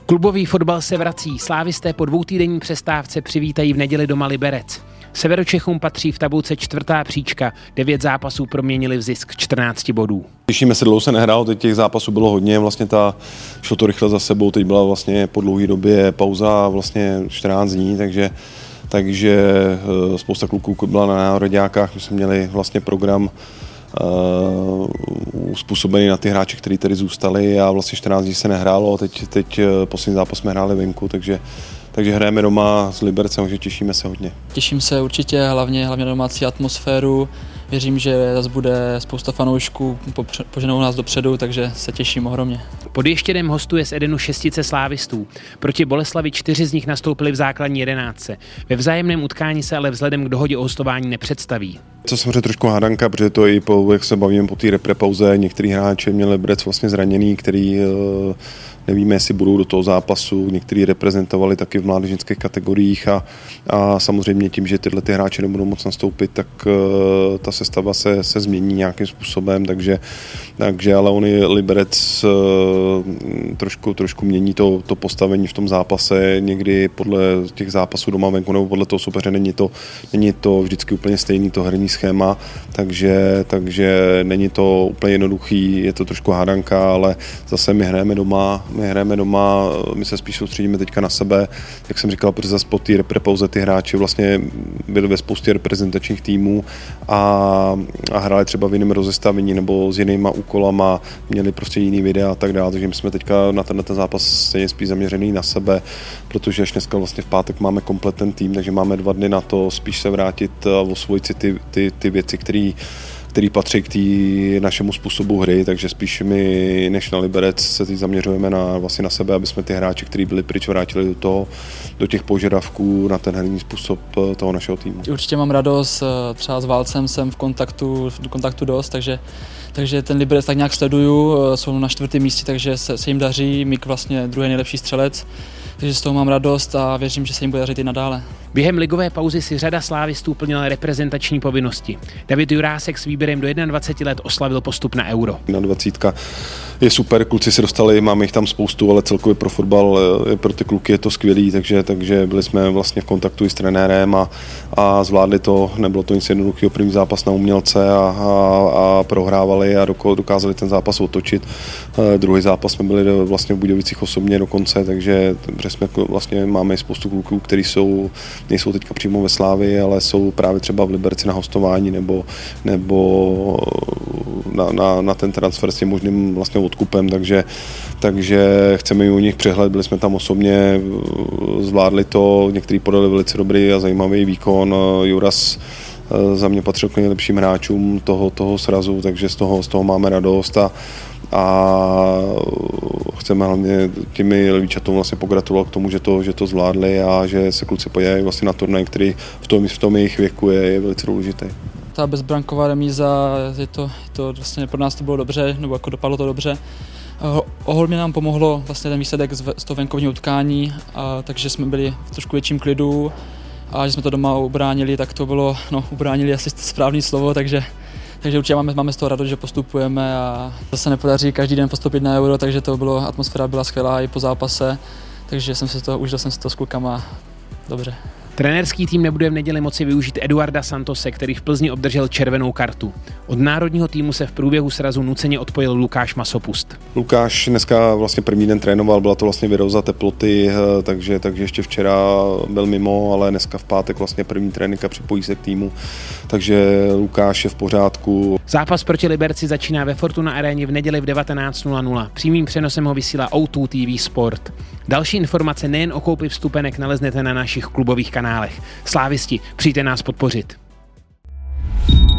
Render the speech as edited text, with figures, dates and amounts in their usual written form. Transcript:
Klubový fotbal se vrací. Slávisté po dvoutýdenní přestávce přivítají v neděli doma Liberec. Severočechům patří v tabulce 4. příčka. 9 zápasů proměnili v zisk 14 bodů. Těšíme se, dlouho se nehrálo, teď těch zápasů bylo hodně, vlastně šlo to rychle za sebou, teď byla vlastně po dlouhé době pauza vlastně 14 dní, takže spousta kluků byla na nároďákách, my jsme měli vlastně program uspůsobený na ty hráče, kteří tady zůstali a vlastně 14 dní se nehrálo, teď poslední zápas jsme hráli venku, takže hrajeme doma s Libercem, takže těšíme se hodně. Těším se určitě, hlavně na domácí atmosféru. Věřím, že zase bude spousta fanoušků, poženou nás dopředu, takže se těším ohromně. Pod Ještědem hostuje z Edenu šestice slávistů. Proti Boleslavi 4 z nich nastoupili v základní 11. Ve vzájemném utkání se ale vzhledem k dohodě o hostování nepředstaví. To samozřejmě trošku hádanka, protože to i jak se bavíme po té reprepauze, některý hráči měli Liberec vlastně zraněný, který nevíme, jestli budou do toho zápasu, někteří reprezentovali taky v mládežnických kategoriích a samozřejmě tím, že tyhle ty hráči nebudou moc nastoupit, tak ta sestava se změní nějakým způsobem, takže ale oni Liberec trošku mění to postavení v tom zápase, někdy podle těch zápasů doma venku nebo podle toho soupeře není to vždycky úplně stejný to herní schéma, takže není to úplně jednoduchý, je to trošku hádanka, ale zase my hrajeme doma, my se spíš soustředíme teďka na sebe, jak jsem říkal, protože zase po té repauze ty hráči vlastně byli ve spoustě reprezentačních týmů a hráli třeba v jiném rozestavení nebo s jinýma úkolama, měli prostě jiný videa a tak dále, takže my jsme teďka na ten zápas stejně spíš zaměřený na sebe, protože až dneska vlastně v pátek máme komplet ten tým, takže máme 2 dny na to spíš se vrátit a osvojit si ty věci, který patří k našemu způsobu hry, takže spíš my než na Liberec se teď zaměřujeme vlastně na sebe, aby jsme ty hráči, kteří byli pryč, vrátili do těch požadavků na ten herní způsob toho našeho týmu. Určitě mám radost, třeba s Válcem jsem v kontaktu dost, takže ten Liberec tak nějak sleduju, jsou na 4. místě, takže se jim daří, Mik vlastně druhý nejlepší střelec, takže z toho mám radost a věřím, že se jim bude dařit i nadále. Během ligové pauzy si řada slávistů plnila reprezentační povinnosti. David Jurásek s výběrem do 21 let oslavil postup na Euro. Na 20 je super, kluci se dostali, máme jich tam spoustu, ale celkově pro fotbal, pro ty kluky je to skvělý, takže byli jsme vlastně v kontaktu i s trenérem a zvládli to, nebylo to nic jednoduchého, první zápas na umělce a prohrávali a dokázali ten zápas otočit. Druhý zápas jsme byli vlastně v Budějovicích osobně dokonce, takže jsme vlastně máme i spoustu kluků, kteří nejsou teďka přímo ve Slávii, ale jsou právě třeba v Liberci na hostování nebo na ten transfer s tím možným vlastně odkupem, takže chceme i u nich přehled, byli jsme tam osobně, zvládli to, někteří podali velice dobrý a zajímavý výkon, Juras za mě patřil k nejlepším hráčům toho srazu, takže z toho máme radost a chceme hlavně těmi Levíčatům vlastně pogratulovat k tomu, že to zvládli a že se kluci podívají vlastně na turnaj, který v tom jejich věku je velice důležitý. Ta bezbranková remíza, je to vlastně pro nás to bylo dobře, nebo jako dopadlo to dobře. Ohromně nám pomohlo vlastně ten výsledek z toho venkovního utkání, takže jsme byli v trošku větším klidu a že jsme to doma ubránili, tak to bylo, ubránili asi správné slovo, takže určitě máme z toho radost, že postupujeme a to se nepodaří každý den postoupit na Euro, takže atmosféra byla skvělá i po zápase, takže užil jsem si to s klukama dobře. Trenérský tým nebude v neděli moci využít Eduarda Santose, který v Plzni obdržel červenou kartu. Od národního týmu se v průběhu srazu nuceně odpojil Lukáš Masopust. Lukáš dneska vlastně první den trénoval, byla to vlastně viróza teploty, takže ještě včera byl mimo, ale dneska v pátek vlastně první tréninka připojí se k týmu, takže Lukáš je v pořádku. Zápas proti Liberci začíná ve Fortuna aréně v neděli v 19:00. Přímým přenosem ho vysílá O2 TV Sport. Další informace nejen o koupi vstupenek naleznete na našich klubových kanálech. Slávisti, přijďte nás podpořit.